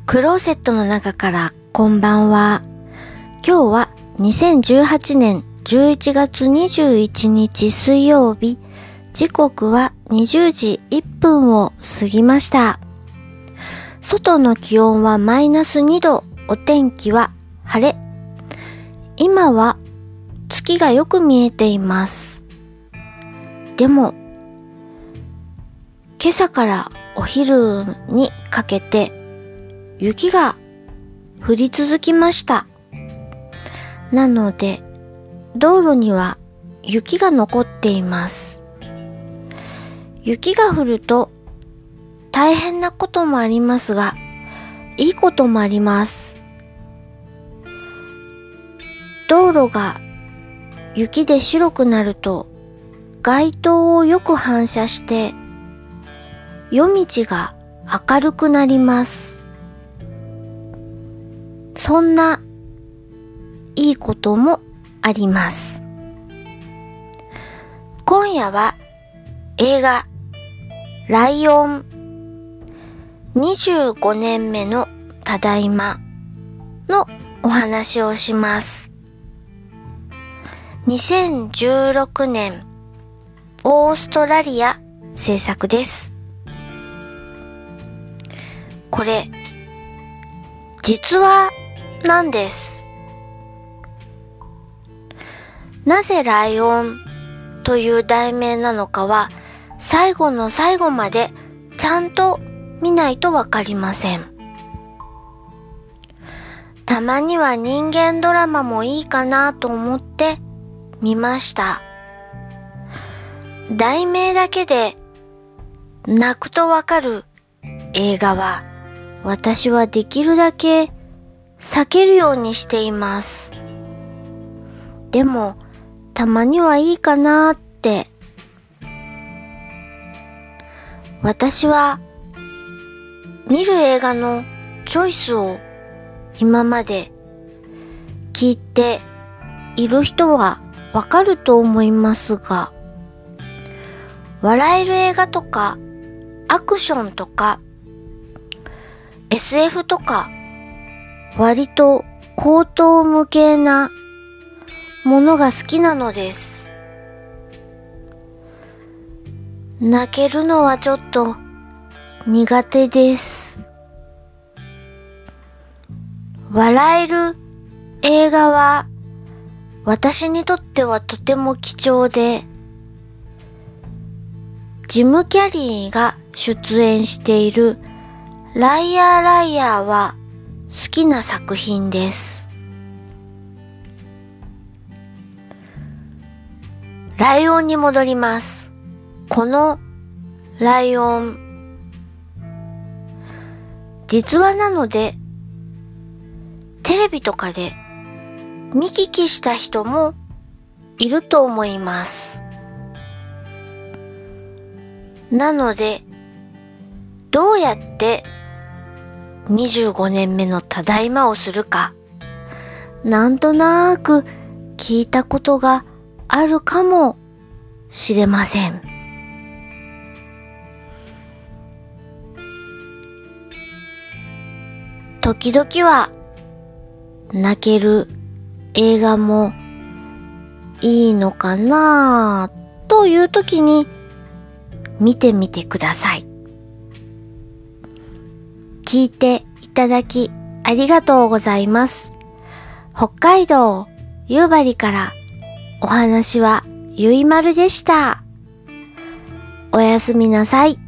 クローゼットの中からこんばんは。今日は2018年11月21日水曜日、時刻は20時1分を過ぎました。外の気温はマイナス2度、お天気は晴れ。今は月がよく見えています。でも、今朝からお昼にかけて雪が降り続きました。なので、道路には雪が残っています。雪が降ると大変なこともありますが、いいこともあります。道路が雪で白くなると、街灯をよく反射して、夜道が明るくなります。そんないいこともあります。今夜は映画ライオン25年目のただいまのお話をします。2016年オーストラリア制作です。これ実話なんです。なぜライオンという題名なのかは最後の最後までちゃんと見ないとわかりません。たまには人間ドラマもいいかなと思って見ました。題名だけで泣くとわかる映画は私はできるだけ避けるようにしています。でもたまにはいいかなって。私は見る映画のチョイスを今まで聞いている人はわかると思いますが、笑える映画とかアクションとか SF とか割と高等無形なものが好きなのです。泣けるのはちょっと苦手です。笑える映画は私にとってはとても貴重で、ジム・キャリーが出演しているライアーライアーは好きな作品です。ライオンに戻ります。このライオン、実話なのでテレビとかで見聞きした人もいると思います。なのでどうやって25年目のただいまをするか、なんとなく聞いたことがあるかもしれません。時々は泣ける映画もいいのかなという時に見てみてください。聞いていただきありがとうございます。北海道夕張からお話はゆいまるでした。おやすみなさい。